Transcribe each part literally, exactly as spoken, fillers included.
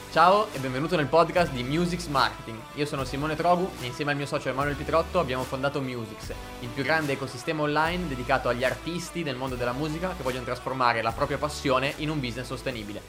Ciao e benvenuto nel podcast di Musix Marketing. Io sono Simone Trogu e insieme al mio socio Emanuele Pitrotto abbiamo fondato Musix, il più grande ecosistema online dedicato agli artisti del mondo della musica che vogliono trasformare la propria passione in un business sostenibile.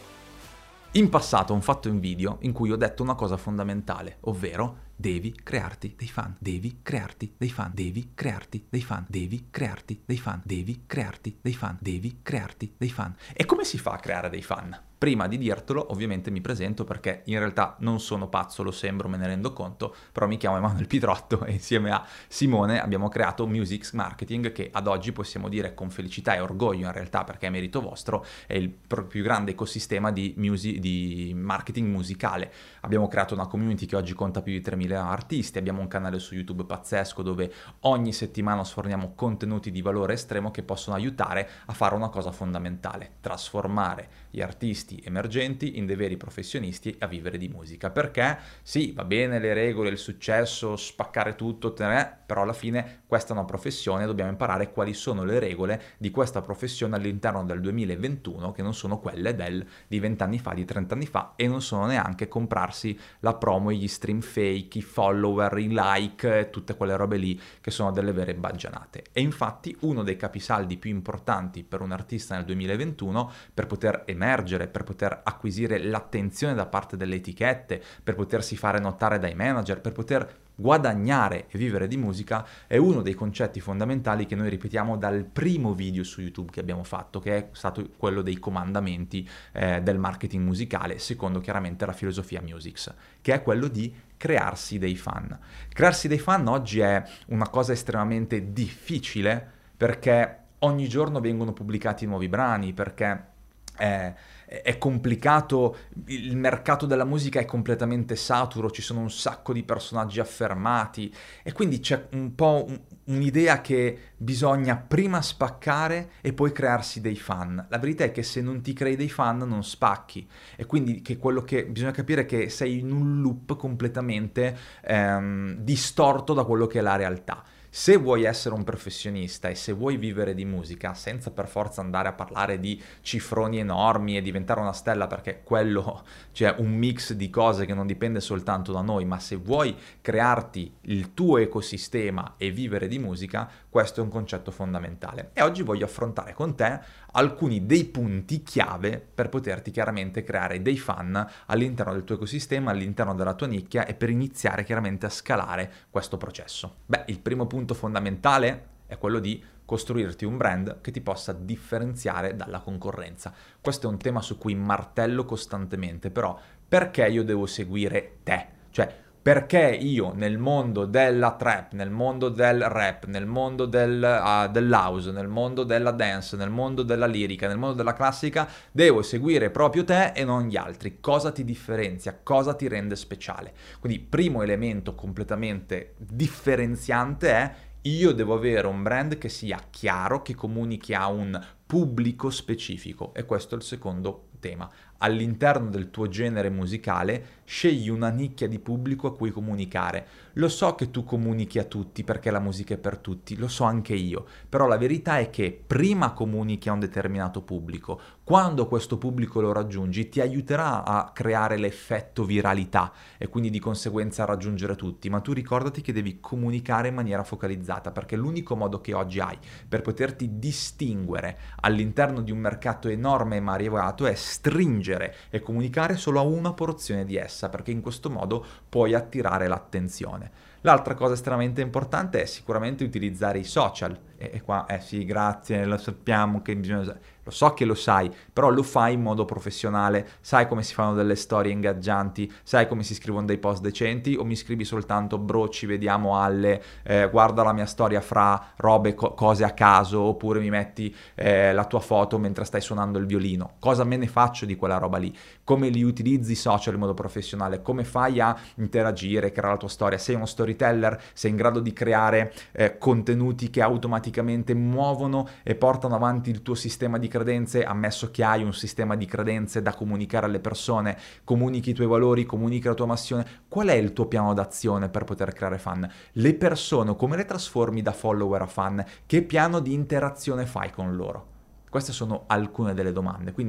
In passato ho fatto un video in cui ho detto una cosa fondamentale, ovvero devi crearti dei fan, devi crearti dei fan, devi crearti dei fan, devi crearti dei fan, devi crearti dei fan, devi crearti dei fan. E come si fa a creare dei fan? Prima di dirtelo, ovviamente mi presento perché in realtà non sono pazzo, lo sembro, me ne rendo conto, però mi chiamo Emanuele Pitrotto e insieme a Simone abbiamo creato Musix Marketing, che ad oggi possiamo dire con felicità e orgoglio in realtà, perché è merito vostro, è il più grande ecosistema di, music, di marketing musicale. Abbiamo creato una community che oggi conta più di tremila artisti, abbiamo un canale su YouTube pazzesco dove ogni settimana sforniamo contenuti di valore estremo che possono aiutare a fare una cosa fondamentale: trasformare gli artisti emergenti in dei veri professionisti a vivere di musica. Perché sì, va bene le regole, il successo, spaccare tutto, però alla fine questa è una professione, dobbiamo imparare quali sono le regole di questa professione all'interno del duemilaventuno, che non sono quelle del, di vent'anni fa, di trent'anni fa, e non sono neanche comprarsi la promo, gli stream fake, i follower, i like, tutte quelle robe lì che sono delle vere baggianate. E infatti uno dei capisaldi più importanti per un artista nel duemilaventuno, per poter emergere, per poter acquisire l'attenzione da parte delle etichette, per potersi fare notare dai manager, per poter guadagnare e vivere di musica, è uno dei concetti fondamentali che noi ripetiamo dal primo video su YouTube che abbiamo fatto, che è stato quello dei comandamenti eh, del marketing musicale, secondo chiaramente la filosofia Musix, che è quello di crearsi dei fan. Crearsi dei fan oggi è una cosa estremamente difficile perché ogni giorno vengono pubblicati nuovi brani, perché è, è complicato, il mercato della musica è completamente saturo, ci sono un sacco di personaggi affermati e quindi c'è un po' un, un'idea che bisogna prima spaccare e poi crearsi dei fan. La verità è che se non ti crei dei fan non spacchi, e quindi che quello che bisogna capire è che sei in un loop completamente ehm, distorto da quello che è la realtà. Se vuoi essere un professionista e se vuoi vivere di musica, senza per forza andare a parlare di cifroni enormi e diventare una stella, perché quello, cioè un mix di cose che non dipende soltanto da noi, ma se vuoi crearti il tuo ecosistema e vivere di musica, questo è un concetto fondamentale. E oggi voglio affrontare con te alcuni dei punti chiave per poterti chiaramente creare dei fan all'interno del tuo ecosistema, all'interno della tua nicchia, e per iniziare chiaramente a scalare questo processo. Beh, il primo punto fondamentale è quello di costruirti un brand che ti possa differenziare dalla concorrenza. Questo è un tema su cui martello costantemente, però perché io devo seguire te? Cioè, perché io nel mondo della trap, nel mondo del rap, nel mondo del, uh, dell'house, nel mondo della dance, nel mondo della lirica, nel mondo della classica, devo seguire proprio te e non gli altri? Cosa ti differenzia? Cosa ti rende speciale? Quindi primo elemento completamente differenziante è: io devo avere un brand che sia chiaro, che comunichi a un pubblico specifico, e questo è il secondo tema. All'interno del tuo genere musicale scegli una nicchia di pubblico a cui comunicare. Lo so che tu comunichi a tutti perché la musica è per tutti, lo so anche io, però la verità è che prima comunichi a un determinato pubblico. Quando questo pubblico lo raggiungi ti aiuterà a creare l'effetto viralità e quindi di conseguenza a raggiungere tutti, ma tu ricordati che devi comunicare in maniera focalizzata, perché l'unico modo che oggi hai per poterti distinguere all'interno di un mercato enorme e mariegato è stringere e comunicare solo a una porzione di essa, perché in questo modo puoi attirare l'attenzione. L'altra cosa estremamente importante è sicuramente utilizzare i social. E, e qua, eh sì, grazie, lo sappiamo che bisogna... Lo so che lo sai, però lo fai in modo professionale, sai come si fanno delle storie ingaggianti, sai come si scrivono dei post decenti, o mi scrivi soltanto bro ci vediamo alle, eh, guarda la mia storia fra robe, co- cose a caso, oppure mi metti eh, la tua foto mentre stai suonando il violino? Cosa me ne faccio di quella roba lì? Come li utilizzi i social in modo professionale? Come fai a interagire, creare la tua storia? Sei uno storyteller? Sei in grado di creare eh, contenuti che automaticamente muovono e portano avanti il tuo sistema di credenze, ammesso che hai un sistema di credenze da comunicare alle persone, comunichi i tuoi valori, comunichi la tua passione. Qual è il tuo piano d'azione per poter creare fan? Le persone, come le trasformi da follower a fan? Che piano di interazione fai con loro? Queste sono alcune delle domande, quindi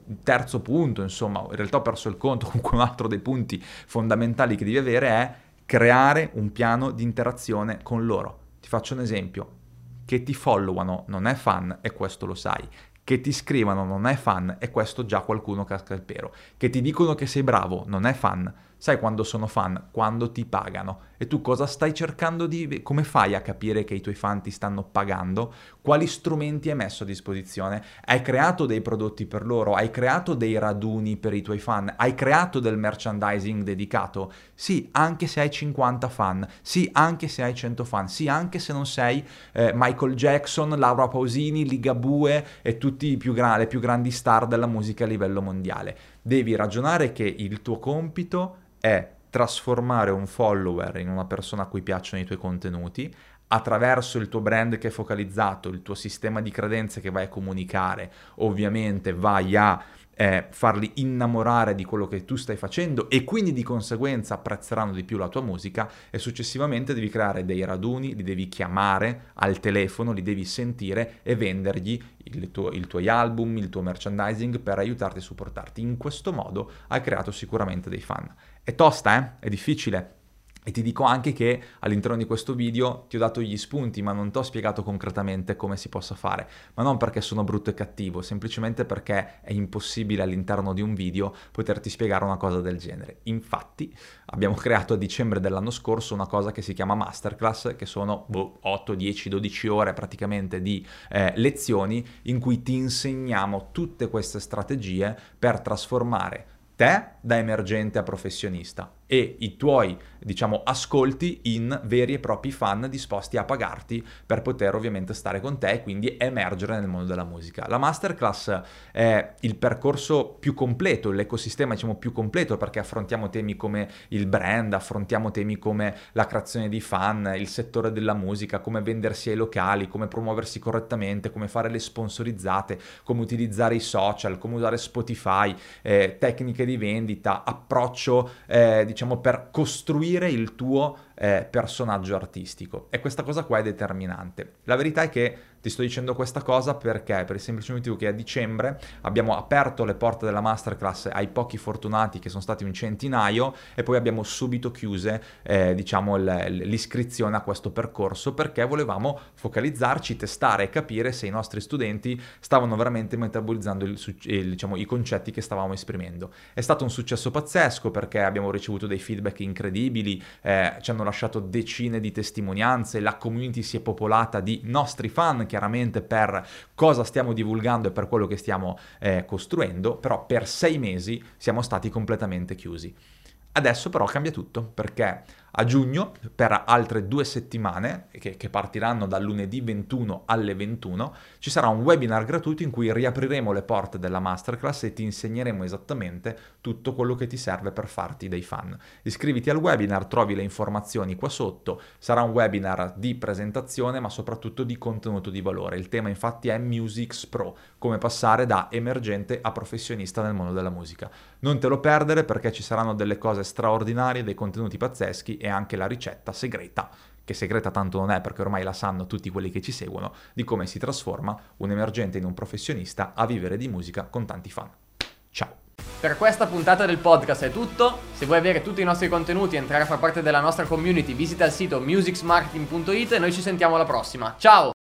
terzo punto, insomma, in realtà ho perso il conto, comunque un altro dei punti fondamentali che devi avere è creare un piano di interazione con loro. Ti faccio un esempio: che ti followano non è fan, e questo lo sai. Che ti scrivano non è fan, e questo già qualcuno casca il pero. Che ti dicono che sei bravo non è fan. Sai quando sono fan? Quando ti pagano. E tu cosa stai cercando di... come fai a capire che i tuoi fan ti stanno pagando? Quali strumenti hai messo a disposizione? Hai creato dei prodotti per loro? Hai creato dei raduni per i tuoi fan? Hai creato del merchandising dedicato? Sì, anche se hai cinquanta fan. Sì, anche se hai cento fan. Sì, anche se non sei eh, Michael Jackson, Laura Pausini, Ligabue e tutti i più gra- le più grandi star della musica a livello mondiale. Devi ragionare che il tuo compito è trasformare un follower in una persona a cui piacciono i tuoi contenuti attraverso il tuo brand che è focalizzato, il tuo sistema di credenze che vai a comunicare. Ovviamente vai a eh, farli innamorare di quello che tu stai facendo e quindi di conseguenza apprezzeranno di più la tua musica, e successivamente devi creare dei raduni, li devi chiamare al telefono, li devi sentire e vendergli il tuo, i tuoi album, il tuo merchandising per aiutarti e supportarti. In questo modo hai creato sicuramente dei fan. È tosta, eh? È difficile. E ti dico anche che all'interno di questo video ti ho dato gli spunti, ma non ti ho spiegato concretamente come si possa fare. Ma non perché sono brutto e cattivo, semplicemente perché è impossibile all'interno di un video poterti spiegare una cosa del genere. Infatti abbiamo creato a dicembre dell'anno scorso una cosa che si chiama Masterclass, che sono boh, otto, dieci, dodici ore praticamente di eh, lezioni in cui ti insegniamo tutte queste strategie per trasformare te da emergente a professionista e i tuoi, diciamo, ascolti in veri e propri fan disposti a pagarti per poter ovviamente stare con te e quindi emergere nel mondo della musica. La Masterclass è il percorso più completo, l'ecosistema diciamo più completo, perché affrontiamo temi come il brand, affrontiamo temi come la creazione di fan, il settore della musica, come vendersi ai locali, come promuoversi correttamente, come fare le sponsorizzate, come utilizzare i social, come usare Spotify, eh, tecniche di vendita, approccio eh, diciamo per costruire il tuo eh, personaggio artistico. E questa cosa qua è determinante. La verità è che ti sto dicendo questa cosa perché per il semplice motivo che a dicembre abbiamo aperto le porte della Masterclass ai pochi fortunati, che sono stati un centinaio, e poi abbiamo subito chiuse eh, diciamo l'iscrizione a questo percorso, perché volevamo focalizzarci, testare e capire se i nostri studenti stavano veramente metabolizzando il, il, diciamo, i concetti che stavamo esprimendo. È stato un successo pazzesco perché abbiamo ricevuto dei feedback incredibili, eh, ci hanno lasciato decine di testimonianze, la community si è popolata di nostri fan chiaramente per cosa stiamo divulgando e per quello che stiamo eh, costruendo, però per sei mesi siamo stati completamente chiusi. Adesso però cambia tutto, perché a giugno, per altre due settimane, che, che partiranno dal lunedì ventuno alle ventuno, ci sarà un webinar gratuito in cui riapriremo le porte della Masterclass e ti insegneremo esattamente tutto quello che ti serve per farti dei fan. Iscriviti al webinar, trovi le informazioni qua sotto. Sarà un webinar di presentazione, ma soprattutto di contenuto di valore. Il tema infatti è Musics Pro, come passare da emergente a professionista nel mondo della musica. Non te lo perdere, perché ci saranno delle cose straordinarie, dei contenuti pazzeschi e anche la ricetta segreta, che segreta tanto non è perché ormai la sanno tutti quelli che ci seguono, di come si trasforma un emergente in un professionista a vivere di musica con tanti fan. Ciao! Per questa puntata del podcast è tutto. Se vuoi avere tutti i nostri contenuti e entrare a far parte della nostra community, visita il sito musics marketing punto it e noi ci sentiamo alla prossima. Ciao!